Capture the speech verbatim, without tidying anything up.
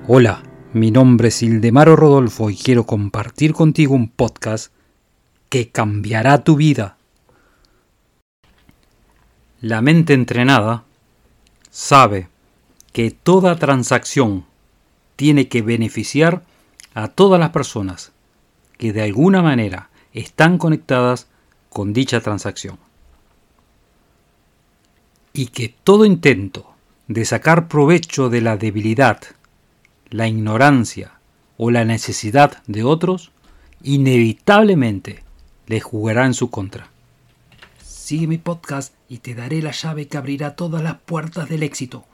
Hola, mi nombre es Ildemaro Rodolfo y quiero compartir contigo un podcast que cambiará tu vida. La mente entrenada sabe que toda transacción tiene que beneficiar a todas las personas que de alguna manera están conectadas con dicha transacción. Y que todo intento de sacar provecho de la debilidad, la ignorancia o la necesidad de otros, inevitablemente les jugará en su contra. Sigue mi podcast y te daré la llave que abrirá todas las puertas del éxito.